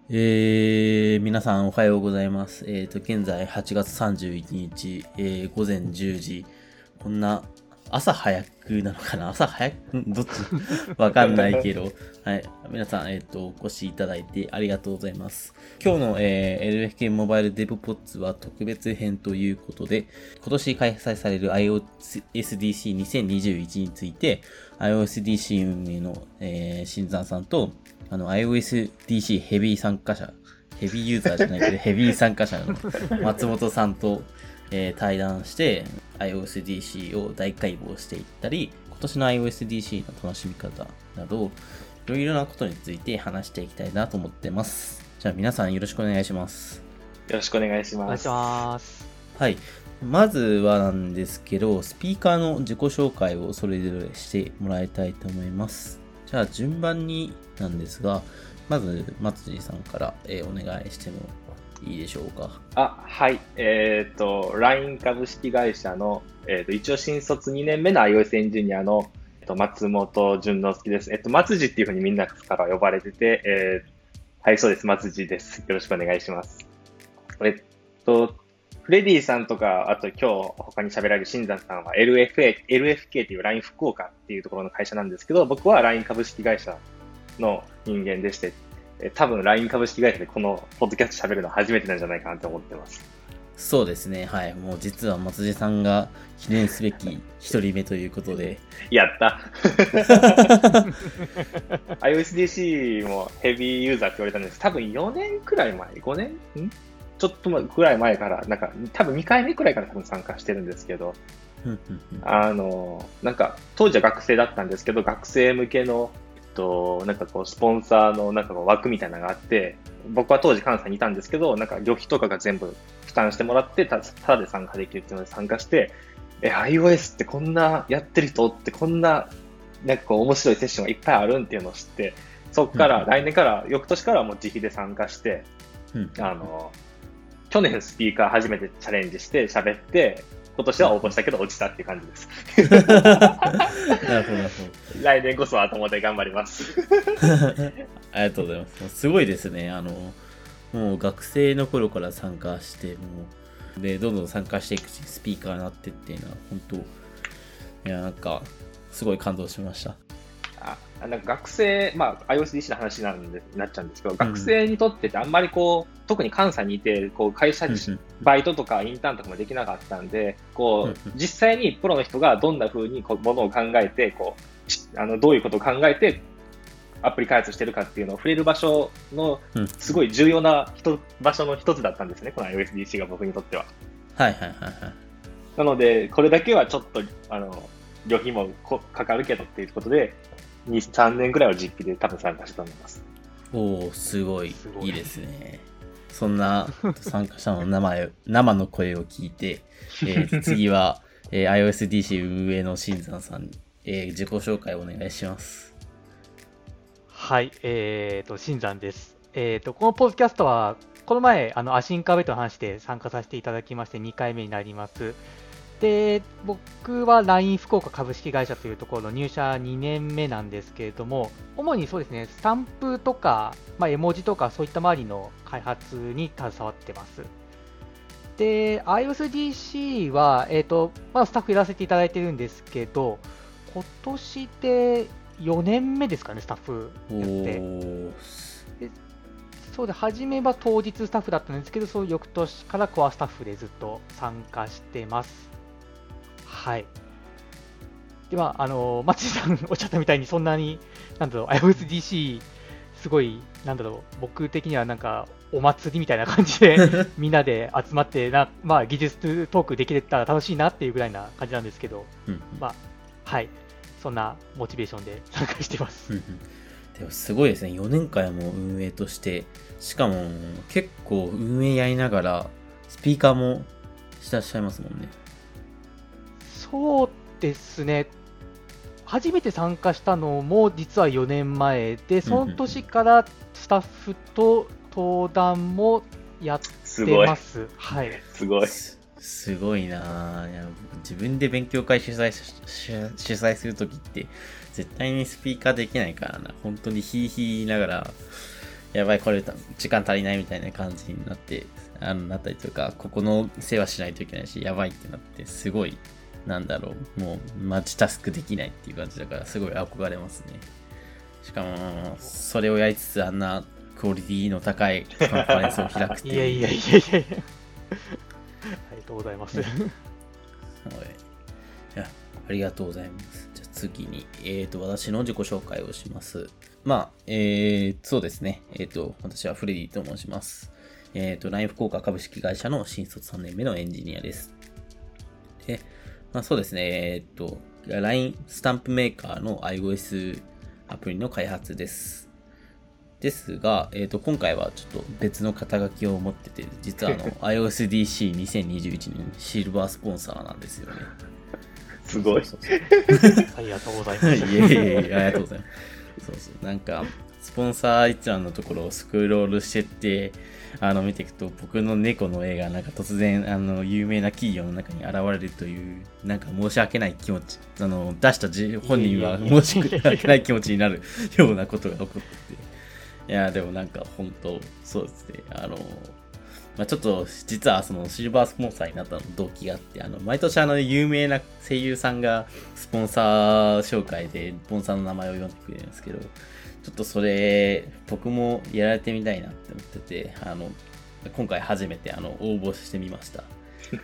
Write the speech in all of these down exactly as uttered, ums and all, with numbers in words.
えー、皆さんおはようございます。えーと、現在はちがつさんじゅういちにち、えー、ごぜんじゅうじ。こんな、朝早くなのかな朝早くどっちわかんないけど。はい。皆さん、えっ、ー、と、お越しいただいてありがとうございます。今日の、えー、エルエフケー モバイルデブポッツは特別編ということで、今年開催される アイオーエスディーシーにせんにじゅういち について、アイオーエスディーシー 運営の、えー、新山さんと、あの、アイオーエスディーシー ヘビー参加者、ヘビーユーザーじゃないけど、ヘビー参加者の松本さんと、えー、対談して、アイオーエスディーシー を大解剖していったり、今年の アイオーエスディーシー の楽しみ方など、いろいろなことについて話していきたいなと思ってます。じゃあ皆さんよろしくお願いします。 よろしくお願いします。 お願いします。 はい。まずはなんですけど、スピーカーの自己紹介をそれぞれしてもらいたいと思います。じゃあ順番になんですが、まず松地さんから、えー、お願いしてもいいでしょうか。 あ、はい。えっ、ー、と、ライン 株式会社の、えっ、ー、と、一応新卒にねんめの iOS エンジニアの、えっと、松本淳之介です。えっと、松地っていうふうにみんなから呼ばれてて、えー、はい、そうです。松地です。よろしくお願いします。えっと、フレディさんとか、あと今日他に喋られる新山さんは エルエフエー、エルエフケー っていう ライン 福岡っていうところの会社なんですけど、僕は ライン 株式会社の人間でして、多分 ライン 株式会社でこのポッドキャスト喋るのは初めてなんじゃないかなと思ってます。 そうですね。はい。もう実は松地さんが記念すべき一人目ということで。 やった。アイオーエスディーシー もヘビーユーザーって言われたんです。多分よねんくらい前、ごねんんちょっとくらい前から、なんか多分にかいめくらいから多分参加してるんですけど、あの、なんか当時は学生だったんですけど、学生向けのとなんかこうスポンサーのなんかこう枠みたいなのがあって、僕は当時関西にいたんですけど、なんか旅費とかが全部負担してもらってただで参加できるっていうので参加して、え iOS ってこんなやってる人ってこんななんかこう面白いセッションがいっぱいあるんっていうのを知って、そこから来年から翌年からはもう自費で参加して、あの去年スピーカー初めてチャレンジして喋って、今年は応募したけど落ちたっていう感じです。なるほど、なるほど。来年こそはと思って頑張ります。 ありがとうございます。すごいですね。あの、もう学生の頃から参加して、もう、で、どんどん参加していくし、スピーカーになってっていうのは、本当、いや、なんか、すごい感動しました。 あなんか学生、まあ、アイオーエスディーシー の話になるんでなっちゃうんですけど、うん、学生にとってってあんまりこう、特に関西にいて、こう会社でバイトとかインターンとかもできなかったんで、こう、実際にプロの人がどんな風にこうものを考えて、こう、あの、どういうことを考えて、アプリ開発してるかっていうのを触れる場所の、すごい重要な人場所の一つだったんですね、この アイオーエスディーシー が僕にとっては。 はいはいはいはい。 なので、これだけはちょっと、あの、旅費もかかるけどっていうことで、に、さんねんくらいは実費で多分参加したと思います。 おお、すごいいいですね。そんな参加者の名前生の声を聞いて、えー、次は、えー、アイオーエスディーシー 運営の新山さんに、えー、自己紹介をお願いします。 はい、えーと、新山です。えーと、このポッドキャストは、この前、あの、アシンカーベットの話で参加させていただきましてにかいめになります。で、僕は ライン 福岡株式会社というところの入社にねんめなんですけれども、主にそうですね、スタンプとか、まあ、絵文字とかそういった周りの開発に携わってます。で、アイオーエスディーシー は、えっと、まだスタッフやらせていただいてるんですけど、今年でよねんめですかね、スタッフやって。でそうで、初めは当日スタッフだったんですけど、その翌年からコアスタッフでずっと参加してます。はい。では、あの、松井さんおっしゃったみたいに、そんなに、なんだろう、アイオーエスディーシー、すごい、なんだろう、僕的にはなんか、お祭りみたいな感じで、みんなで集まってな、まあ、技術トークできたら楽しいなっていうぐらいな感じなんですけど、うん、まあ、はい、そんなモチベーションで参加してます。 でもすごいですね、よねんかんも運営として、しかも結構運営やりながら、スピーカーもしてらっしゃいますもんね。 そうですね、初めて参加したのも実はよねんまえで、その年からスタッフと登壇もやってます。 すはい、 すごい。 すごいな。いや、自分で勉強会主催し主催するときって絶対にスピーカーできないからな。本当にヒーヒー言いながらやばいこれ時間足りないみたいな感じになってあのなったりとか、ここの世話しないといけないしやばいってなって、すごいなんだろう、もうマルチタスクできないっていう感じだから、すごい憧れますね。しかもそれをやりつつあんなクオリティの高いカンファレンスを開くっていう。 いやいやいやいやいやありがとうございます。はい、いやありがとうございます。じゃあ次に、えーと、私の自己紹介をします。まあ、えー、そうですね。えーと、私はフレディと申します。えーと、ライン福岡株式会社の新卒さんねんめのエンジニアです。で、まあそうですね。えーと、ライン スタンプメーカーの iOS アプリの開発です。ですが、えーと、今回はちょっと別の肩書きを持ってて、実はあの iOSDC にせんにじゅういちねんシルバースポンサーなんですよね。 すごい。 そうそうそうありがとうございます。 いえいえいえ、ありがとうございます。そうそう。なんか、スポンサー一覧のところをスクロールしてって、あの、見ていくと、僕の猫の絵がなんか突然、あの、有名な企業の中に現れるという、なんか申し訳ない気持ち、あの、出した本人は申し訳ない気持ちになるようなことが起こってて。いや、でもなんか本当、そうですね。あの、まあ、ちょっと実はそのシルバースポンサーになったの動機があって、あの毎年あの有名な声優さんがスポンサー紹介でスポンサーの名前を読んでくれるんですけど、ちょっとそれ僕もやられてみたいなって思ってて、あの今回初めてあの応募してみました。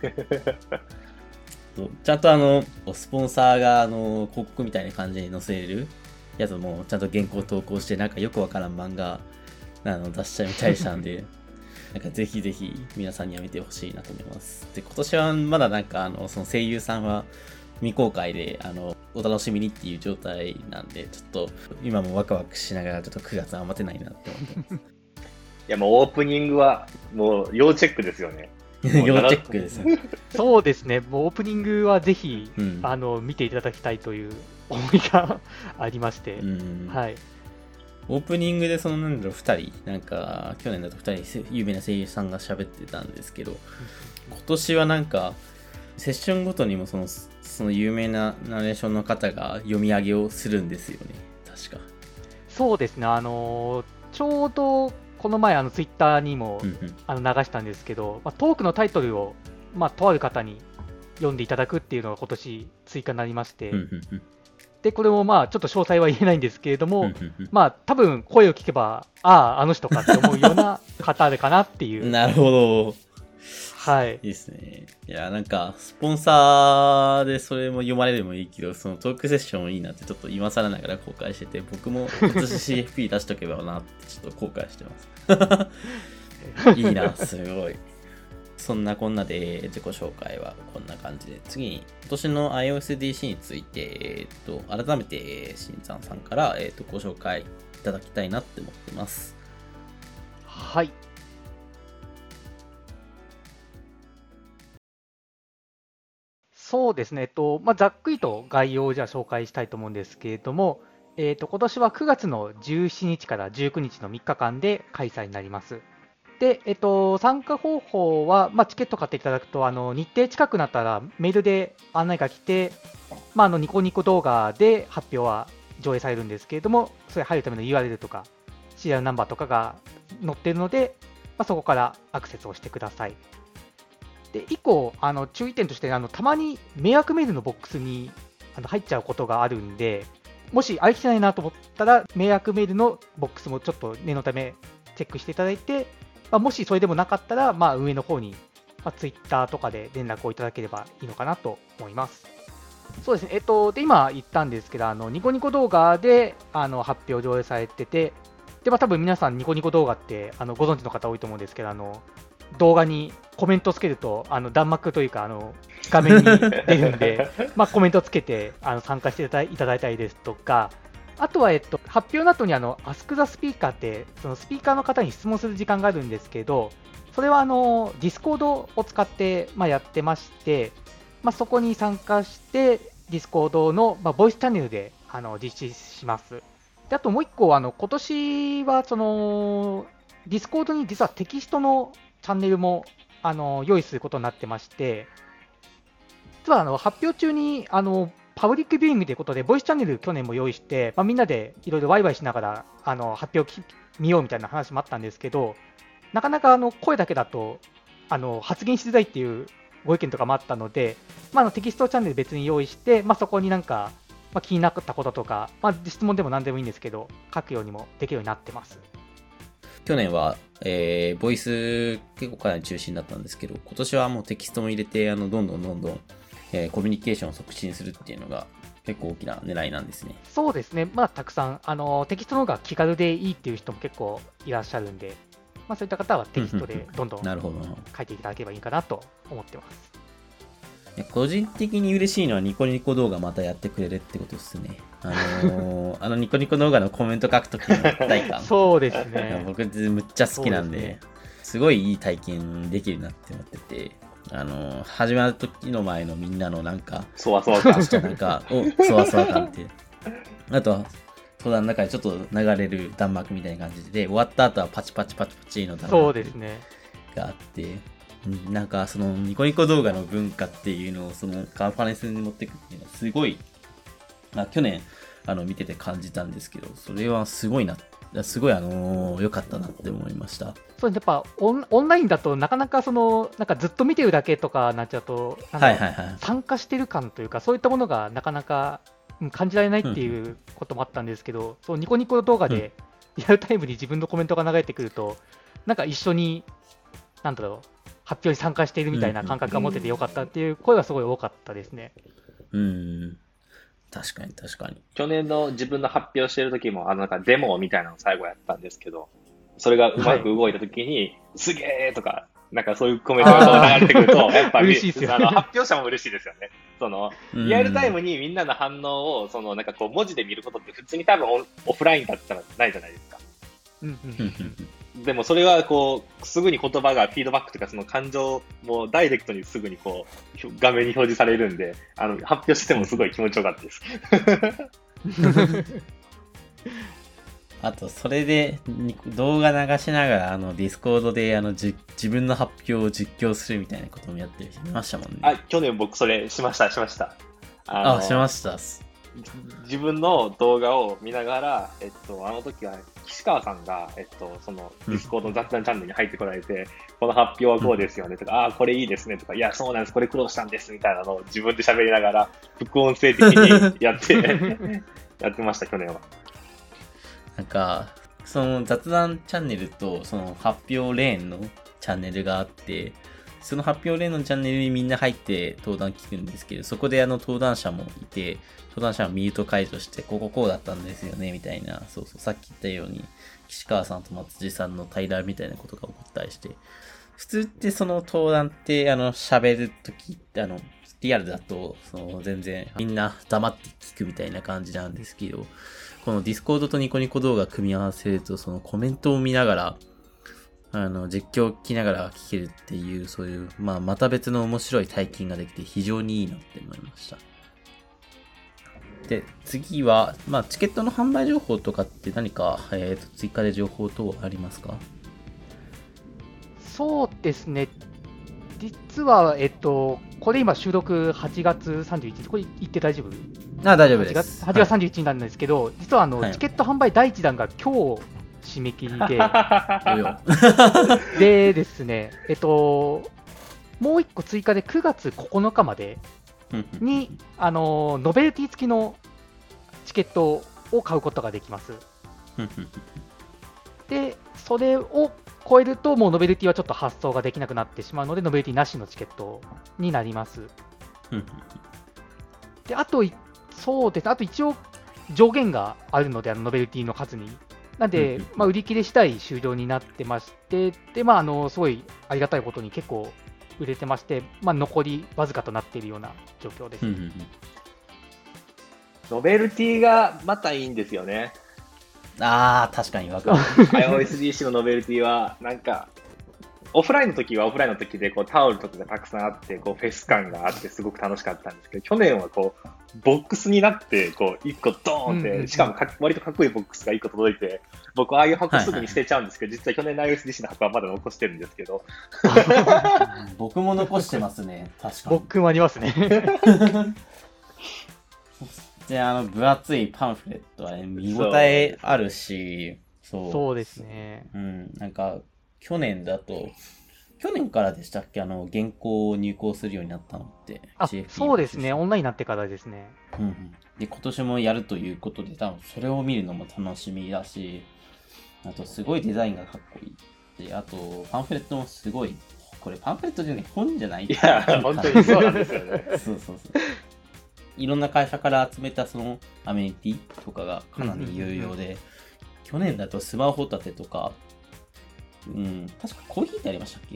ちゃんとあのスポンサーがあの広告みたいな感じに載せるやつもちゃんと原稿投稿して、なんかよくわからん漫画あの出しちゃいみたいしたんで。なんかぜひぜひ皆さんには見てほしいなと思います。で、今年はまだなんかあのその声優さんは未公開であのお楽しみにっていう状態なんで、ちょっと今もワクワクしながらちょっとくがつは待てないなって思ってます。いやもうオープニングはもう要チェックですよね。 要チェックですね。 そうですね。もうオープニングはぜひ、 うん、 あの見ていただきたいという思いがありまして、 うん、 はい。 オープニングでそのなんだろうふたり、なんか去年だとふたり有名な声優さんが喋ってたんですけど、今年はなんかセッションごとにもそのその有名なナレーションの方が読み上げをするんですよね、確か。 そうですね。あのちょうどこの前あのツイッターにも、うんうん、あの流したんですけど、まあ、トークのタイトルをまあとある方に読んでいただくっていうのが今年追加になりまして。うんうんうん、で、これもまあちょっと詳細は言えないんですけれども、まあ多分声を聞けば、ああ、あの人かって思うような方でかなっていう。 なるほど。 はい。 いいですね。いや、なんか、スポンサーでそれも読まれるもいいけど、そのトークセッションもいいなってちょっと今更ながら後悔してて、僕も今年 シーエフピー 出しとけばなってちょっと後悔してます。いいな、すごい。そんなこんなで自己紹介はこんな感じで、次に今年の iOSDC について、えー、と改めて新山さんから、えー、とご紹介いただきたいなって思ってます。 はい。そうですね、えっとまあ、ざっくりと概要をじゃあ紹介したいと思うんですけれども、えー、と今年はくがつのじゅうしちにちからじゅうくにちのみっかかんで開催になります。で、えっと、参加方法は、まあ、チケット買っていただくと、あの日程近くなったらメールで案内が来て、まあ、あのニコニコ動画で発表は上映されるんですけれども、それ入るための ユーアールエル とか、シリアルナンバーとかが載っているので、まあ、そこからアクセスをしてください。で、以降、あの注意点として、あのたまに迷惑メールのボックスにあの入っちゃうことがあるんで、もしありきてないなと思ったら、迷惑メールのボックスもちょっと念のためチェックしていただいて、まあ、もしそれでもなかったら、まあ、上の方に、まあ、Twitter とかで連絡をいただければいいのかなと思います。そうですね、えっと、で今言ったんですけど、あのニコニコ動画であの発表上映されてて、でまあ、多分皆さん、ニコニコ動画ってあのご存知の方多いと思うんですけど、あの動画にコメントつけると、あの弾幕というか、あの画面に出るんで、まあ、コメントつけてあの参加していただいたりですとか、あとは、えっと、発表の後にあの Ask the Speaker ってそのスピーカーの方に質問する時間があるんですけど、それはあの Discord を使って、まあ、やってまして、まあ、そこに参加して Discord の、まあ、ボイスチャンネルであの実施します。であともう一個、あの今年はその Discord に実はテキストのチャンネルもあの用意することになってまして、実はあの発表中にあのパブリックビューイングということで、ボイスチャンネル去年も用意して、まあ、みんなでいろいろワイワイしながらあの発表を見ようみたいな話もあったんですけど、なかなかあの声だけだとあの発言しづらいっていうご意見とかもあったので、まあ、あのテキストチャンネル別に用意して、まあ、そこになんか、まあ、気になったこととか、まあ、質問でも何でもいいんですけど、書くようにもできるようになってます。 去年は、えー、ボイス結構かなり中心だったんですけど、今年はもうテキストも入れて、あのどんどんどんどん、えー、コミュニケーションを促進するっていうのが結構大きな狙いなんですね。 そうですね、まあ、たくさんあのテキストの方が気軽でいいっていう人も結構いらっしゃるんで、まあ、そういった方はテキストでどんどん書いていただければいいかなと思ってます。 個人的に嬉しいのはニコニコ動画またやってくれるってことですね。あのー、あのニコニコ動画のコメント書くときの一体感。 そうですね。 僕むっちゃ好きなんで、ね、すごいいい体験できるなって思ってて、あのー、始まる時の前のみんなのなんか、 そわそわ感。 なんか、お、そわそわ感って。あとは、登壇の中でちょっと流れる弾幕みたいな感じで、終わった後はパチパチパチパチの弾幕があって、なんかそのニコニコ動画の文化っていうのをそのカンファレンスに持っていくっていうのはすごい、まあ、去年あの見てて感じたんですけど、それはすごいな、すごいあの良かったなって思いました。 そうやっぱオン、オンラインだとなかなかそのなんかずっと見てるだけとかなっちゃうと、なんかはいはいはい、 参加してる感というかそういったものがなかなか感じられないっていうこともあったんですけど、うん、そうニコニコ動画でリアルタイムに自分のコメントが流れてくると、うん、なんか一緒になんだろう発表に参加しているみたいな感覚が持ててよかったっていう声がすごい多かったですね。 うん、うん確かに確かに。 去年の自分の発表してる時も、あのなんかデモみたいなのを最後やったんですけど、それがうまく動いた時に、はい、すげーとか、なんかそういうコメントが流れてくると、やっぱり嬉しいですよ、ね、 あの発表者も嬉しいですよね。そのリアルタイムにみんなの反応をそのなんかこう文字で見ることって普通に多分 オ, オフラインだったらないじゃないですか。 うんうん、 でもそれはこうすぐに言葉がフィードバックとかその感情もダイレクトにすぐにこう画面に表示されるんで、あの発表してもすごい気持ちよかったです。 あとそれで動画流しながらあのディスコードであのじ自分の発表を実況するみたいなこともやってる人いましたもんね。 あ、去年僕それしましたしました。 あ, あしました。 自分の動画を見ながら、えっと、あの時は岸川さんが、えっと、そのディスコードの雑談チャンネルに入ってこられて、うん、この発表はこうですよねとか、うん、ああこれいいですねとか、いやそうなんですこれ苦労したんですみたいなのを自分で喋りながら副音声的にやってやってました去年は。 なんかその雑談チャンネルとその発表レーンのチャンネルがあって、その発表レーンのチャンネルにみんな入って登壇聞くんですけど、そこであの登壇者もいて、登壇者はミュート解除して、こここうだったんですよねみたいな、そうそうさっき言ったように岸川さんと松地さんの対談みたいなことが起こったりして、普通ってその登壇ってあの喋るときってあのリアルだとその全然みんな黙って聞くみたいな感じなんですけど、このディスコードとニコニコ動画組み合わせるとそのコメントを見ながらあの実況を聞きながら聞けるっていう、そういう、まあ、また別の面白い体験ができて非常にいいなって思いました。で次は、まあ、チケットの販売情報とかって何か、えー、と追加で情報等ありますか？ そうですね、実は、えっと、これ今収録はちがつさんじゅういちにち、これ言って大丈夫？ あ、大丈夫です。 はちがつさんじゅういちにちなんですけど、はい、実はあの、はい、チケット販売だいいちだんが今日締め切りででですね、えっと、もういっこ追加でくがつここのかまでにあのノベルティ付きのチケットを買うことができます。で、それを超えるともうノベルティはちょっと発送ができなくなってしまうので、ノベルティなしのチケットになります。で、あと、そうですね、あと一応上限があるので、あのノベルティの数に。なんで、まあ、売り切れ次第終了になってまして、で、まあ、あのすごいありがたいことに結構売れてまして、まあ、残りわずかとなっているような状況です。 ノベルティがまたいいんですよね。 ああ、確かにわかる。 アイオーエスディーシー のノベルティは、なんか、オフラインの時はオフラインの時でこうタオルとかがたくさんあって、こうフェス感があってすごく楽しかったんですけど、去年はこうボックスになってこういっこドーンって、うんうんうん、しかもか割とかっこいいボックスがいっこ届いて、僕ああいう箱すぐに捨てちゃうんですけど、はいはい、実は去年の アイオーエスディーシー の箱はまだ残してるんですけど僕も残してますね。確かに僕もありますね。 してあの分厚いパンフレットはね、見応えあるし、そう。 そうですね。 うん、なんか、去年だと、去年からでしたっけ、あの、原稿を入稿するようになったのって。 あ、そうですね。オンラインになってからですね。 うん、うん。で、今年もやるということで、多分それを見るのも楽しみだし、あと、すごいデザインがかっこいい。で、あと、パンフレットもすごい、これパンフレットじゃない、本じゃない？ いや、本当にそうなんですよね。 そうそうそう。いろんな会社から集めたそのアメニティとかがかなり有用で、去年だとスマホ立てとか、うん、確かコーヒーってありましたっけ？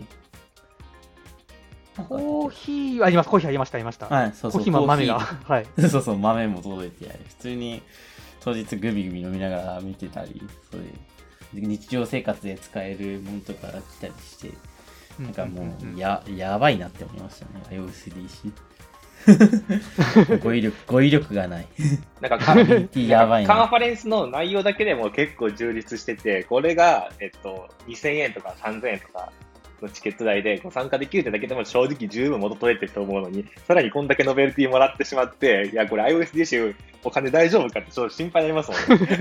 コーヒーあります、コーヒーありました、ありました。 はい、そうそう。 コーヒーも豆が。はい。 そうそう、豆も届いて、普通に当日グビグビ飲みながら見てたり、そういう日常生活で使えるものとか来たりして、なんかもうや、やばいなって思いましたね、アイオーエスディーシー。語彙力、語彙力がない。 なんかカン、やばいな。カンファレンスの内容だけでも結構充実してて、これが、えっと、にせんえんとかさんぜんえんとかのチケット代でご参加できるってだけでも正直十分元取れてると思うのに、さらにこんだけノベルティもらってしまって、いや、これ アイオーエスディーシー お金大丈夫かってちょっと心配になりますもんね。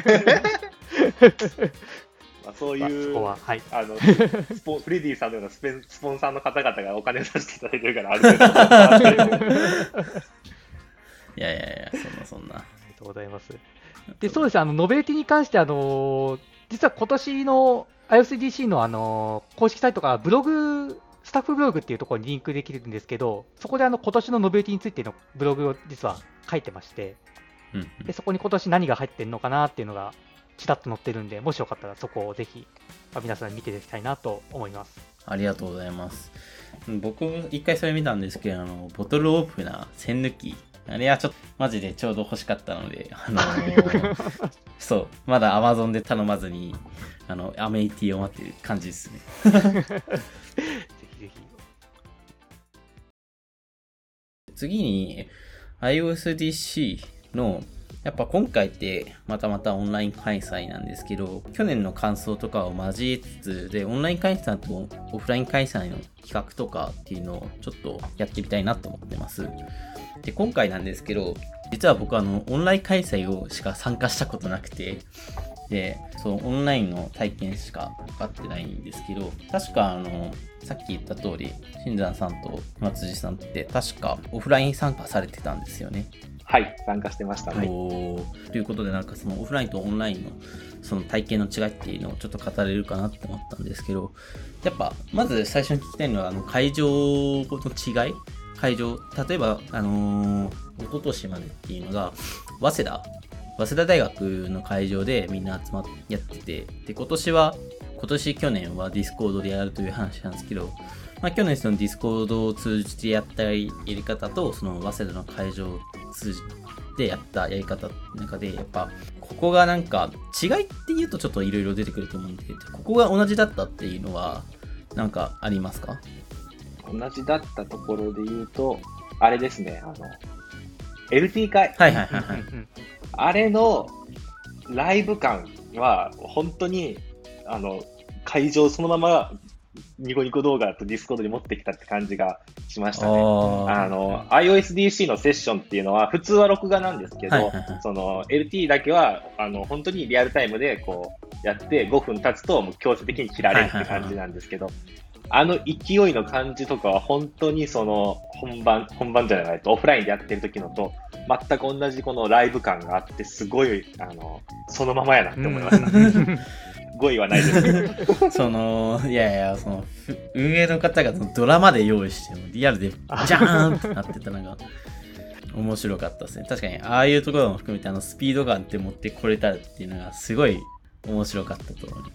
まあ、そういう、 まあはい、 あのスポフレディさんのようなスペスポンサーの方々がお金を出していただいてるからある程度いやいやいや、そんなそんな。 ありがとうございます。で、そうですね、あのノベルティに関して、あの実は今年の アイオーエスディーシー の、あの公式サイトからブログ、スタッフブログっていうところにリンクできるんですけど、そこであの今年のノベルティについてのブログを実は書いてまして、 うんうん、 でそこに今年何が入ってるのかなっていうのがちらっと載ってるんで、もしよかったらそこをぜひ皆さん見ていただきたいなと思います。 ありがとうございます。僕一回それ見たんですけど、あのボトルオープナー栓抜き、あれはちょっとマジでちょうど欲しかったので、あのー、そうまだ Amazon で頼まずにあのアメニティを待ってる感じですね。ぜひぜひ。次に アイオーエスディーシー のやっぱ今回ってまたまたオンライン開催なんですけど、去年の感想とかを交えつつで、オンライン開催とオフライン開催の企画とかっていうのをちょっとやってみたいなと思ってます。で、今回なんですけど、実は僕はあのオンライン開催をしか参加したことなくて、で、そうオンラインの体験しか分かってないんですけど、確かあのさっき言った通り、新山さんと松辻さんって確かオフライン参加されてたんですよね。 はい、参加してましたね。 ということで、なんかそのオフラインとオンラインのその体験の違いっていうのをちょっと語れるかなって思ったんですけど、やっぱまず最初に聞きたいのはあの会場の違い。会場、例えばあのー、一昨年までっていうのが早稲田早稲田大学の会場でみんな集まってやってて、で今年は今年去年はディスコードでやるという話なんですけど、まあ、去年そのディスコードを通じてやったやり方とその早稲田の会場を通じてやったやり方の中で、やっぱここがなんか違いっていうとちょっといろいろ出てくると思うんで、ここが同じだったっていうのはなんかありますか？ 同じだったところで言うと、あれですね、あの エルティー 会、 はいはいはいはい、 あれのライブ感は本当にあの会場そのままニコニコ動画とディスコードに持ってきたって感じがしましたね。あの アイオーエスディーシー のセッションっていうのは普通は録画なんですけど、はいはいはい、その エルティー だけはあの本当にリアルタイムでこうやってごふん経つともう強制的に切られるって感じなんですけど、はいはいはい、あの勢いの感じとかは本当にその本番本番じゃないとオフラインでやってる時のと全く同じこのライブ感があって、すごいあのそのままやなって思いました。語彙はないですけどそのいやいやその運営の方がそのドラマで用意してもリアルでジャーンってなってたのが面白かったですね。確かにああいうところも含めてあのスピード感って持ってこれたっていうのがすごい面白かったと思います。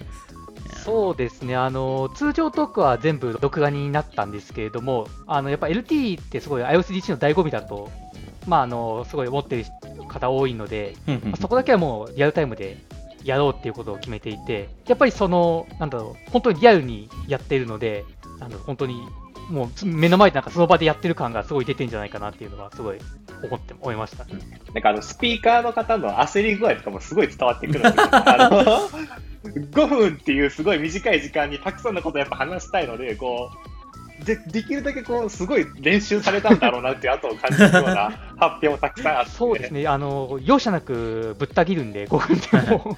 そうですね、あの通常トークは全部録画になったんですけれども、あのやっぱ エルティー ってすごい アイオーエスディーシー の醍醐味だと、まあ、あのすごい思ってる方多いので、まあ、そこだけはもうリアルタイムでやろうっていうことを決めていて、やっぱりそのなんだろう本当にリアルにやっているので、あの本当にもう目の前でなんかその場でやってる感がすごい出てるんじゃないかなっていうのはすごい思って思いました。 なんかあのスピーカーの方の焦り具合とかもすごい伝わってくるんですよ。あのごふんっていうすごい短い時間にたくさんのことをやっぱ話したいので、こうで、できるだけこう、すごい練習されたんだろうなっていう後を感じるような発表もたくさんあって、ね。 そうですね、あの、容赦なくぶった切るんで、ごふんでも。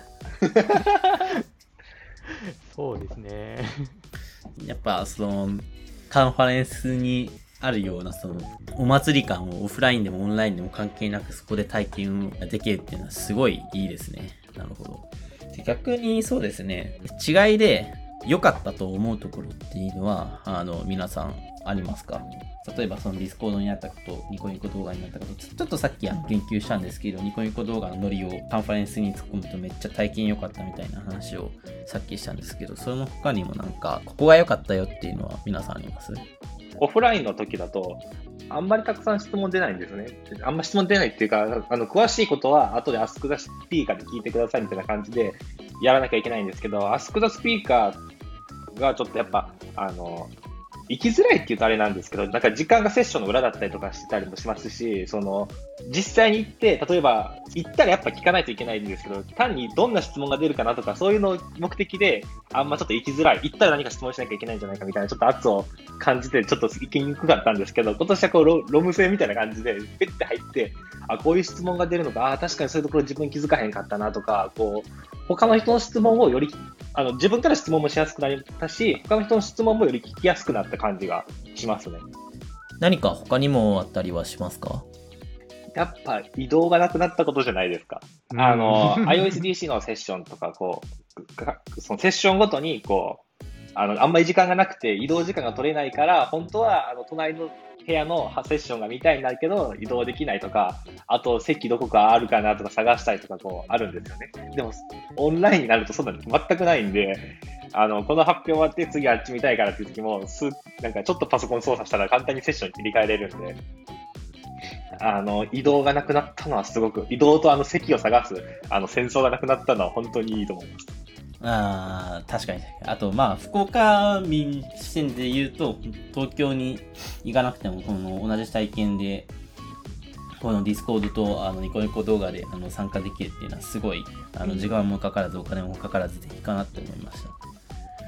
そうですね。 やっぱ、その、カンファレンスにあるような、その、お祭り感をオフラインでもオンラインでも関係なくそこで体験ができるっていうのはすごいいいですね。なるほど。で逆にそうですね、違いで良かったと思うところっていうのは、あの、皆さんありますか？例えばそのディスコードにあったこと、ニコニコ動画にあったこと、ちょっとさっきあの言及したんですけど、ニコニコ動画のノリをカンファレンスに突っ込むとめっちゃ体験良かったみたいな話をさっきしたんですけど、その他にもなんか、ここが良かったよっていうのは皆さんあります？ オフラインの時だと、あんまりたくさん質問出ないんですね。あんま質問出ないっていうか、あの詳しいことは後で Ask the Speaker で聞いてくださいみたいな感じでやらなきゃいけないんですけど、Ask the Speaker がちょっとやっぱ、あの、行きづらいって言うとあれなんですけど、なんか時間がセッションの裏だったりとかしてたりもしますし、その、実際に行って、例えば、行ったらやっぱ聞かないといけないんですけど、単にどんな質問が出るかなとか、そういうのを目的で、あんまちょっと行きづらい。行ったら何か質問しなきゃいけないんじゃないかみたいな、ちょっと圧を感じて、ちょっと行きにくかったんですけど、今年はこうロ、ロム線みたいな感じで、ペッて入って、あ、こういう質問が出るのか、あ、確かにそういうところ自分気づかへんかったなとか、こう、他の人の質問をより、あの、自分から質問もしやすくなりましたし、他の人の質問もより聞きやすくなった感じがしますね。 何か他にもあったりはしますか？ やっぱ移動がなくなったことじゃないですか。あの、iOSDC のセッションとか、こう、そのセッションごとに、こう、あの、あんまり時間がなくて移動時間が取れないから、本当は、あの、隣の部屋のセッションが見たいんだけど、移動できないとか、あと席どこかあるかなとか探したりとか、こう、あるんですよね。でも、オンラインになるとそんなの全くないんで、あの、この発表終わって次あっち見たいからっていう時も、す、なんかちょっとパソコン操作したら簡単にセッションに切り替えれるんで、あの、移動がなくなったのはすごく、移動とあの席を探す、あの、戦争がなくなったのは本当にいいと思います。 ああ、確かに。あと、まあ、福岡民視点で言うと、東京に行かなくても、この同じ体験で、このディスコードとあのニコニコ動画であの参加できるっていうのはすごい、あの時間もかからずお金もかからずでいいかなって思いました。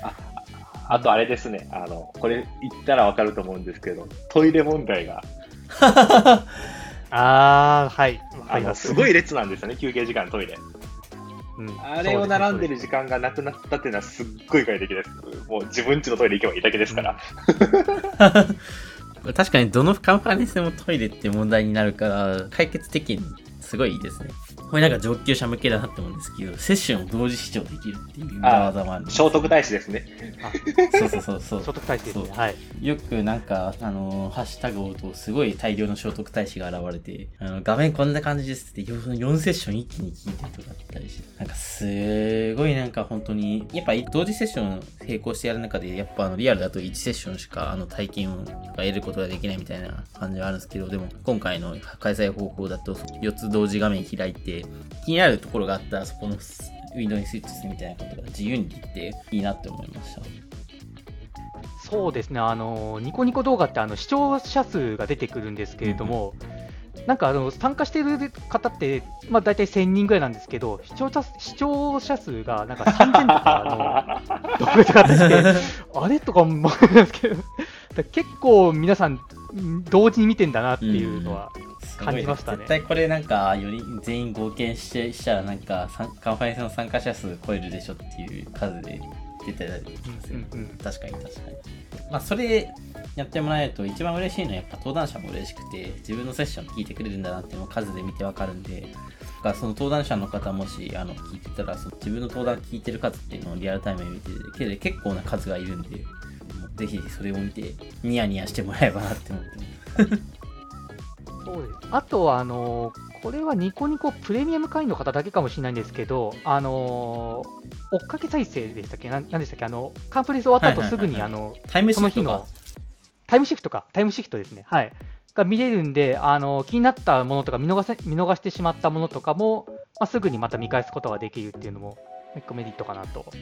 あ、あとあれですね、あの、これ言ったらわかると思うんですけど、トイレ問題が。 ああ、はい。 あの、すごい列なんですよね、休憩時間トイレ。うん、あれを並んでる時間がなくなったっていうのはすっごい快適です。もう自分家のトイレ行けばいいだけですから。 うん、確かにどのカンファレンスでもトイレって問題になるから解決できるのすごいいいですね。これなんか上級者向けだなって思うんですけど、セッションを同時視聴できるっていう裏技もあるんです。 聖徳太子ですね。 そうそうそうそう。 聖徳太子ですね。はい。 よくなんか、あの、ハッシュタグを打とすごい大量の聖徳太子が現れて、あの画面こんな感じですってよんセッション一気に聞いてるとかあったりして、なんかすごいなんか本当に、やっぱ同時セッション並行してやる中で、やっぱあのリアルだといちセッションしかあの体験を得ることができないみたいな感じはあるんですけど、でも今回の開催方法だとよっつ同時画面開いて、気になるところがあったらそこのウィンドウにスイッチするみたいなことが自由にできていいなって思いました。 そうですね、あのニコニコ動画ってあの視聴者数が出てくるんですけれども、うん、なんかあの参加している方って、まあ、大体せんにんぐらいなんですけど、視聴者視聴者数がなんかさんぜんとかの動画とかあって、あれとか思うんですけど、結構皆さん同時に見てんだなっていうのは、うん感じましたね。 絶対これなんかより全員合計してしたらなんかカンファレンスの参加者数超えるでしょっていう数で出てたりしますよ、うんうん、確かに確かに。まあそれやってもらえると一番嬉しいのはやっぱ登壇者も嬉しくて、自分のセッション聞いてくれるんだなっていうのを数で見てわかるんで、その登壇者の方もしあの聞いてたらその自分の登壇聞いてる数っていうのをリアルタイムで見てけど結構な数がいるんで、ぜひそれを見てニヤニヤしてもらえばなって思ってます。 そうです。あとはあのこれはニコニコプレミアム会員の方だけかもしれないんですけど、あの追っかけ再生でしたっけ、ななんでしたっけ、あのカンファレンス終わった後すぐにあのタイムシフトかタイムシフトかタイムシフトですね、はいが見れるんで、あの気になったものとか見逃せ見逃してしまったものとかも、まあ、すぐにまた見返すことができるっていうのもいっこメリットかなと。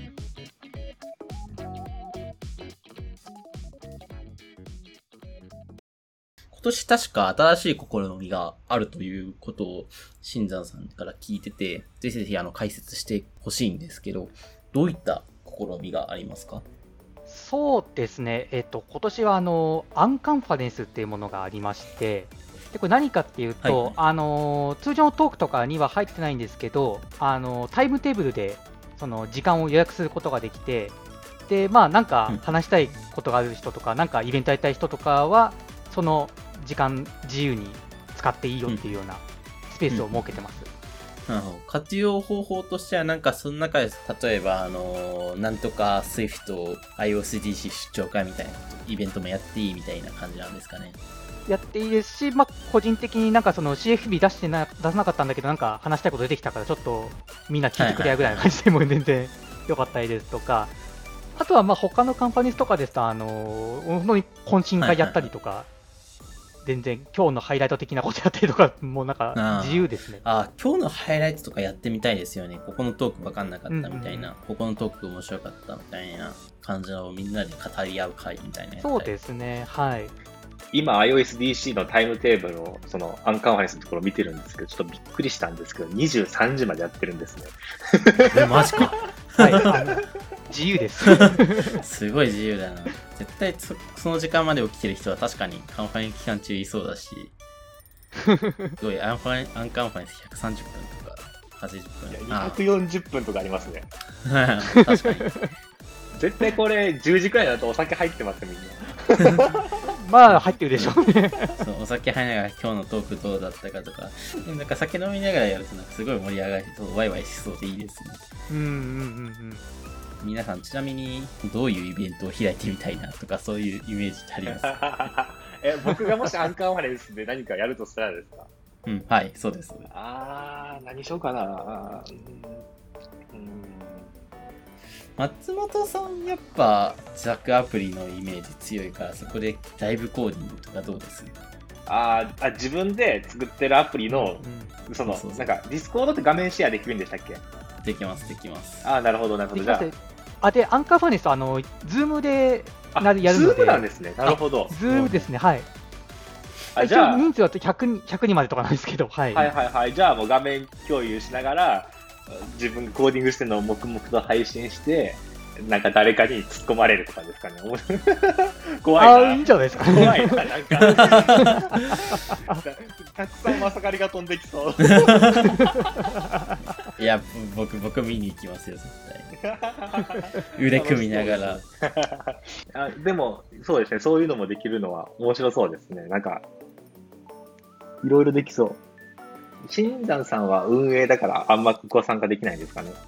今年確か新しい試みがあるということを新山さんから聞いてて、ぜひぜひあの解説してほしいんですけど、どういった試みがありますか？ そうですね、えっと、今年はあのアンカンファレンスっていうものがありまして、でこれ何かっていうと、はい、あの通常のトークとかには入ってないんですけど、あのタイムテーブルでその時間を予約することができて、でまあ、なんか話したいことがある人とか、うん、なんかイベントやりたい人とかは、その時間、自由に使っていいよっていうようなスペースを設けてます。 うんうん、活用方法としては、なんかその中で、例えば、あのなんとか Swift、アイオーエスディーシー 出張会みたいなイベントもやっていいみたいな感じなんですかね。 やっていいですし、まあ、個人的になんかその シーエフビー 出してな出さなかったんだけど、なんか話したいこと出てきたから、ちょっとみんな聞いてくれやぐらいの感じでも全然よかったですとか、あとはまあ他のカンパニーズとかですと、あの本当に懇親会やったりとか、はいはいはい、全然今日のハイライト的なことやったりとか、もうなんか自由ですね。 ああ、今日のハイライトとかやってみたいですよね。ここのトーク分かんなかったみたいな、うんうん、ここのトーク面白かったみたいな感じのみんなで語り合う会みたいなやつ。 そうですね、はい。 今 アイオーエスディーシー のタイムテーブルをそのアンカンファレンスのところを見てるんですけど、ちょっとびっくりしたんですけど、にじゅうさんじまでやってるんですね。 え、マジか。 はい、あの自由です。 すごい自由だな。絶対 そ, その時間まで起きてる人は確かにカンファレンス期間中いそうだし、すごいアンファレンアンカンファレンスひゃくさんじゅっぷんとかはちじゅっぷん。 いやにひゃくよんじゅっぷんとかありますね。 確かに。 絶対これじゅうじくらいだとお酒入ってますよ、みんな。 まあ入ってるでしょうね。 そう、お酒入りながら今日のトークどうだったかとか、なんか酒飲みながらやるとなんかすごい盛り上がりそう、ワイワイしそうでいいですね。 うんうんうんうん。 皆さんちなみにどういうイベントを開いてみたいなとか、そういうイメージってありますか？ え、僕がもしアンカンファレンスで何かやるとしたらですか？ うん、はい、そうです。 あー、何しようかな。うん、 松本さんやっぱ自作アプリのイメージ強いから、そこでライブコーディングとかどうです？ ああ、自分で作ってるアプリの、うん、そのそうそうそう、なんかディスコードって画面シェアできるんでしたっけ？ できますできます。 ああ、なるほどなるほど。じゃあ、 あでアンカーファネスあのズームでやるので。 ズームなんですね。なるほど。 ズームですね、はい。あ、じゃあ人数だと ひゃく, ひゃくにんまでとかなんですけど、はい、 はいはいはい。じゃあもう画面共有しながら自分がコーディングしてるのを黙々と配信して、なんか誰かに突っ込まれるとかですかね。怖いな。 あ、いいんじゃないですか、ね。 怖いな、なんか。たくさんまさかりが飛んできそう。 いや、僕、僕見に行きますよ、絶対。腕組みながら。 あ、でも、そうですね、そういうのもできるのは面白そうですね。なんか、いろいろできそう。新山さんは運営だからあんまここは参加できないんですかね。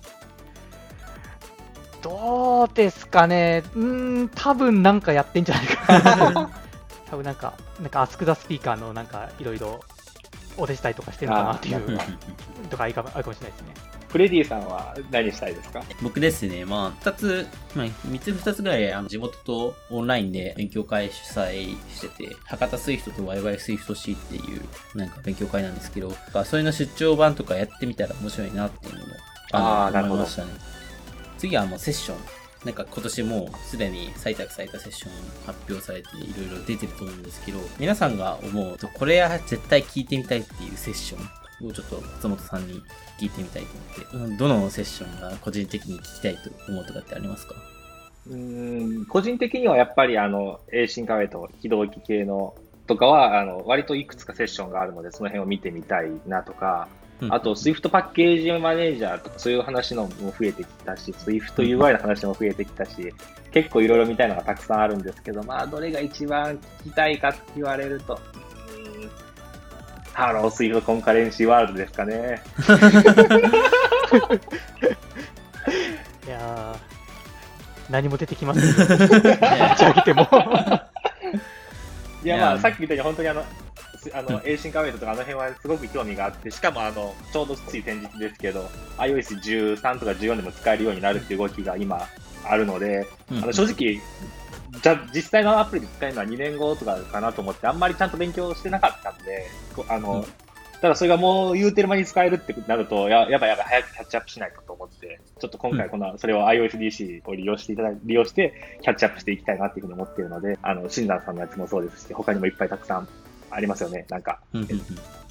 どうですかね、うーん、多分なんかやってんじゃないかな。多分なんか、なんかアスクザスピーカーのなんかいろいろお手伝いとかしてるのかなっていうとかあるかもしれないですね。 フレディさんは何したいですか？ 僕ですね、まあ、ふたつ、まあ、みっつふたつぐらい、あの、地元とオンラインで勉強会主催してて、博多スイフトとワイワイスイフト C っていう、なんか勉強会なんですけど、そういうの出張版とかやってみたら面白いなっていうのも、 ああ、 思いましたね。次はもうセッション。なんか今年もうすでに採択されたセッション発表されていろいろ出てると思うんですけど、皆さんが思うと、これは絶対聞いてみたいっていうセッションをちょっと松本さんに聞いてみたいと思って、どのセッションが個人的に聞きたいと思うとかってありますか？ うーん、個人的にはやっぱりあの、エーシンカウェイと非同期系のとかは、あの、割といくつかセッションがあるので、その辺を見てみたいなとか、あと、Swift パッケージマネージャーとかそういう話のも増えてきたし、Swift ユーアイ の話も増えてきたし、結構いろいろ見たいのがたくさんあるんですけど、まあ、どれが一番聞きたいかって言われると、うーん、ハロー Swift コンカレンシーワールドですかね。 いやー、何も出てきませんね。打ち上げても。 いや、まあ、さっきみたいに本当にあの、あの、エーシンカウェイとかあの辺はすごく興味があって、しかもあの、ちょうどつい先日ですけど、アイオーエスじゅうさん とかじゅうよんでも使えるようになるっていう動きが今あるので、うん、あの正直、じゃ、実際のアプリで使えるのはにねんごとかかなと思って、あんまりちゃんと勉強してなかったんで、あの、うん、ただそれがもう言うてる間に使えるってなると、や、やばいやばい、早くキャッチアップしないとと思って、ちょっと今回この、うん、それを アイオーエスディーシー を利用していただ、利用して、キャッチアップしていきたいなっていうふうに思っているので、あの、新山さんのやつもそうですし、他にもいっぱいたくさんありますよね、なんか。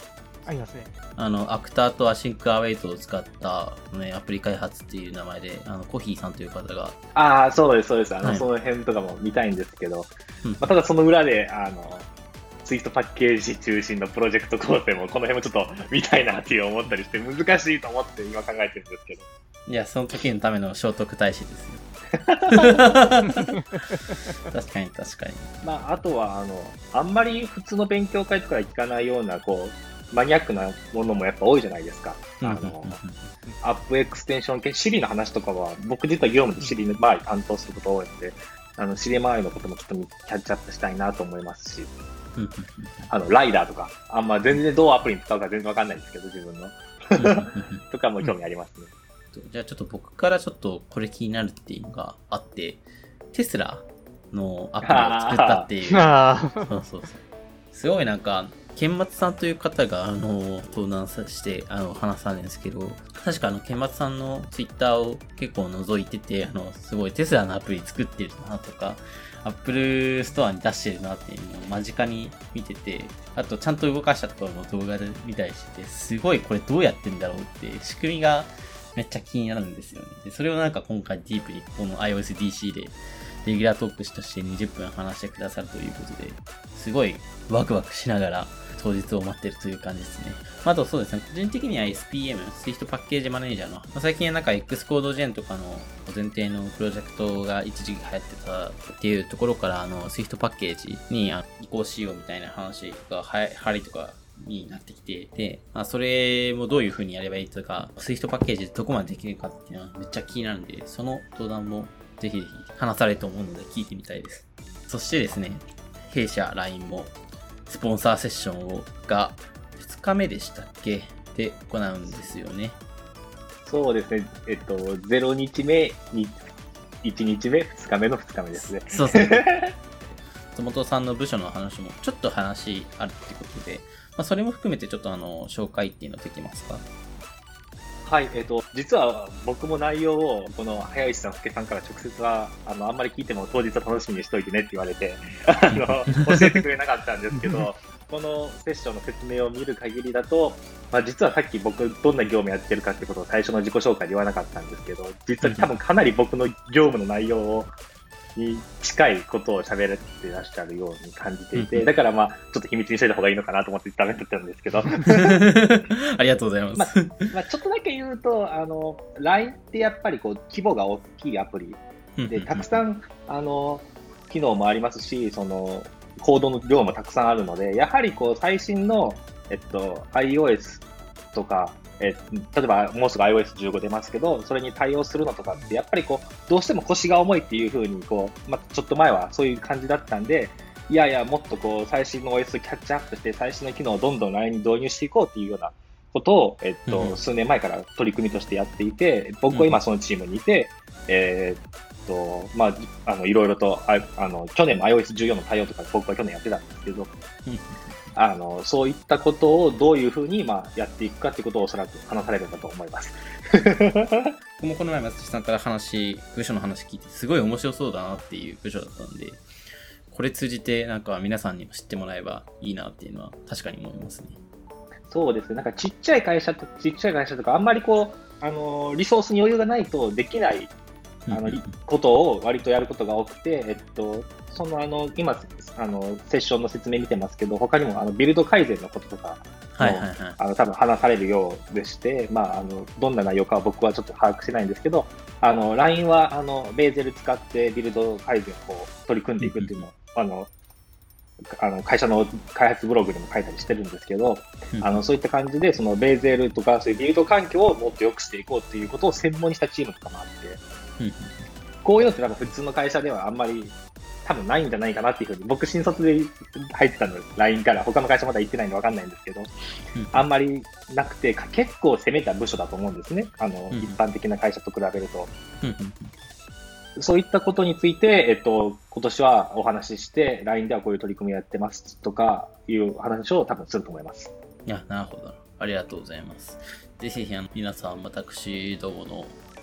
ありますね。 あの、アクターとアシンクアウェイトを使った、ね、アプリ開発っていう名前で、あのコヒーさんという方が。 ああ、そうです、そうです。あの、 はい、 その辺とかも見たいんですけど、 うん、 まあ、ただその裏で、あの、ツイストパッケージ中心のプロジェクト構成も、この辺もちょっと見たいなっていう思ったりして、難しいと思って今考えてるんですけど。 いや、その時のための聖徳太子ですよ。確かに確かに。 まあ、あとは、あの、あんまり普通の勉強会とかで聞かないような、こう、マニアックなものもやっぱ多いじゃないですか。あの、アップエクステンション系、シリの話とかは、僕実は業務でシリの周り担当すること多いので、あの、シリ周りのこともちょっとキャッチアップしたいなと思いますし、あの、ライダーとか、あんま全然どうアプリに使うか全然わかんないんですけど、自分の。とかも興味ありますね。 じゃあちょっと僕からちょっとこれ気になるっていうのがあって、テスラのアプリを作ったっていう。そうそうそう。すごいなんか、剣松さんという方が、あの、登壇さして、あの、話されるんですけど、確かあの、剣松さんのツイッターを結構覗いてて、あの、すごいテスラのアプリ作ってるなとか、アップルストアに出してるなっていうのを間近に見てて、あとちゃんと動かしたところの動画で見たりしてて、すごいこれどうやってんだろうって、仕組みがめっちゃ気になるんですよね。でそれをなんか今回ディープにこの iOSDC でレギュラートークとしてにじゅっぷん話してくださるということで、すごいワクワクしながら当日を待ってるという感じですね。あとそうですね、個人的には エスピーエム、Swift パッケージマネージャーの、まあ、最近はなんか Xcode Gen とかの前提のプロジェクトが一時期流行ってたっていうところから、あの Swift パッケージに移行しようみたいな話がはやりとかになってきて、で、まあ、それもどういう風にやればいいとか、Swift パッケージでどこまでできるかっていうのはめっちゃ気になるんで、その登壇もぜひぜひ話されると思うので聞いてみたいです。そしてですね、弊社 ライン もスポンサーセッションをがふつかめでしたっけで行うんですよね。 そうですね、えっと、ゼロにちめ、いちにちめ、ふつかめのふつかめですね。 そうそう。松本さんの部署の話もちょっと話あるってことで、まあ、それも含めてちょっとあの紹介っていうのできますか？ はい、えっと、実は僕も内容を、この早石さん、助さんから直接は、あの、あんまり聞いても当日は楽しみにしといてねって言われて、あの、教えてくれなかったんですけど、このセッションの説明を見る限りだと、まあ、実はさっき僕どんな業務やってるかってことを最初の自己紹介で言わなかったんですけど、実は多分かなり僕の業務の内容をに近いことを喋ってらっしゃるように感じていて、だからまあちょっと秘密にしておいた方がいいのかなと思ってダメだったんですけどありがとうございます、 まあまあ、ちょっとだけ言うと、あの ライン ってやっぱりこう規模が大きいアプリで、たくさんあの機能もありますし、そのコードの量もたくさんあるので、やはりこう最新の、えっと、iOS とか、え例えばもうすぐ アイオーエスじゅうご 出ますけど、それに対応するのとかってやっぱりこうどうしても腰が重いっていう風にこう、まあ、ちょっと前はそういう感じだったんで、いやいやもっとこう最新の オーエス をキャッチアップして最新の機能をどんどん ライン に導入していこうっていうようなことを、えっとうん、数年前から取り組みとしてやっていて、僕は今そのチームにいて、うん、えー、っとまああのいろいろとああの去年も アイオーエスじゅうよん の対応とか僕は去年やってたんですけど。あのそういったことをどういうふうに、まあ、やっていくかということをおそらく話されるんだと思います。 僕もこの前松木さんから話、部署の話聞いてすごい面白そうだなっていう部署だったんで、これ通じてなんか皆さんにも知ってもらえばいいなっていうのは確かに思いますね。 そうですね。なんかちっちゃい会社とちっちゃい会社とかあんまりこうあのリソースに余裕がないとできないあのことを割とやることが多くて、えっとそのあの今あのセッションの説明見てますけど、他にもあのビルド改善のこととかも、はいはいはい、あの多分話されるようでして、まあ、あのどんな内容かは僕はちょっと把握してないんですけど、あの ライン はあのベーゼル使ってビルド改善を取り組んでいくっていうのを、うん、あのあの会社の開発ブログでも書いたりしてるんですけど、うん、あのそういった感じでそのベーゼルとかそういうビルド環境をもっと良くしていこうっていうことを専門にしたチームとかもあって、うん、こういうのって多分普通の会社ではあんまり多分ないんじゃないかなっていうふうに、僕新卒で入ってたの ライン から他の会社まだ行ってないんで分かんないんですけど、うん、あんまりなくて結構攻めた部署だと思うんですね、あの、うん、一般的な会社と比べると、うん、そういったことについて、えっと、今年はお話しして ライン ではこういう取り組みをやってますとかいう話を多分すると思います。 いや、なるほど、ありがとうございます。ぜひ皆さん私どもの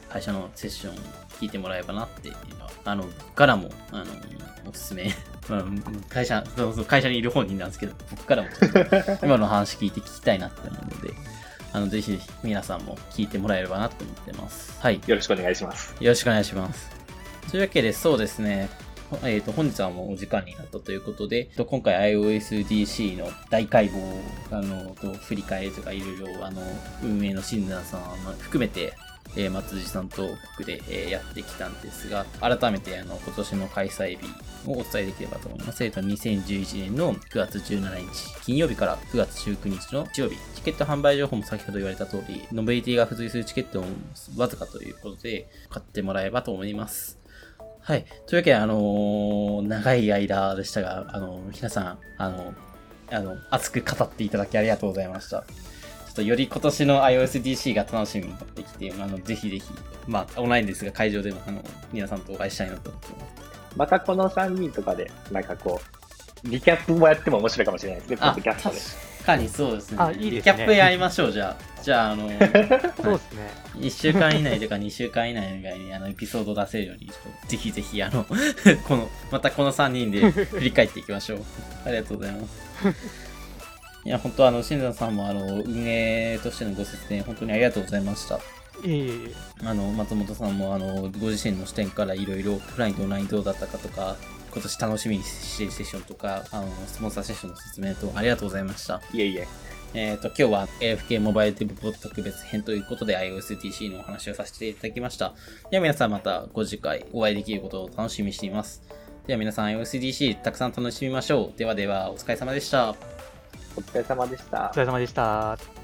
会社のセッション聞いてもらえばなって、あの、僕からも、あの、おすすめ。まあ、会社、そうそう、会社にいる本人なんですけど、僕からも今の話聞いて聞きたいなって思うので、あの、ぜひ皆さんも聞いてもらえればなと思ってます。はい。 よろしくお願いします。 よろしくお願いします。というわけで、そうですね。えっと、本日はもうお時間になったということで、今回 iOSDC の大解剖、あの、と振り返りとかいろいろ、あの、運営の新田さん含めて、えー、松地さんと僕で、えー、やってきたんですが、改めてあの今年の開催日をお伝えできればと思います。えっと、にせんじゅういちねんのくがつじゅうしちにち金曜日からくがつじゅうくにちの日曜日、チケット販売情報も先ほど言われた通り、ノベリティが付随するチケットをわずかということで買ってもらえればと思います。はい。というわけで、あのー、長い間でしたが、あのー、皆さん、あの、あの、熱く語っていただきありがとうございました。ちょっとより今年の iOSDC が楽しみになってきて、あの、ぜひぜひ、まあ、オンラインですが、会場でも、あの、皆さんとお会いしたいなと思ってます。 またこのさんにんとかで、なんかこう、リキャップもやっても面白いかもしれないですね、ポッドキャストで。 確かにそうですね。 あ、いいですね。 リキャップやりましょう、じゃあ。じゃあ、あの、 そうですね。 いっしゅうかん以内とかにしゅうかん以内にあのエピソード出せるように、ぜひぜひ、あの、この、またこのさんにんで振り返っていきましょう。ありがとうございます。いや、本当あの、新田さんも、あの、運営としてのご説明、本当にありがとうございました。 いえいえ。 あの、松本さんも、あの、ご自身の視点からいろいろ、オフラインとオンラインどうだったかとか、今年楽しみにしているセッションとか、あの、スポンサーセッションの説明とありがとうございました。 いえいえ。 えっと、今日は エーエフケー モバイルデブボット特別編ということで iOSDC のお話をさせていただきました。では皆さんまたご次回お会いできることを楽しみにしています。では皆さん iOSDC たくさん楽しみましょう。ではではお疲れ様でした。 お疲れ様でした。 お疲れ様でした。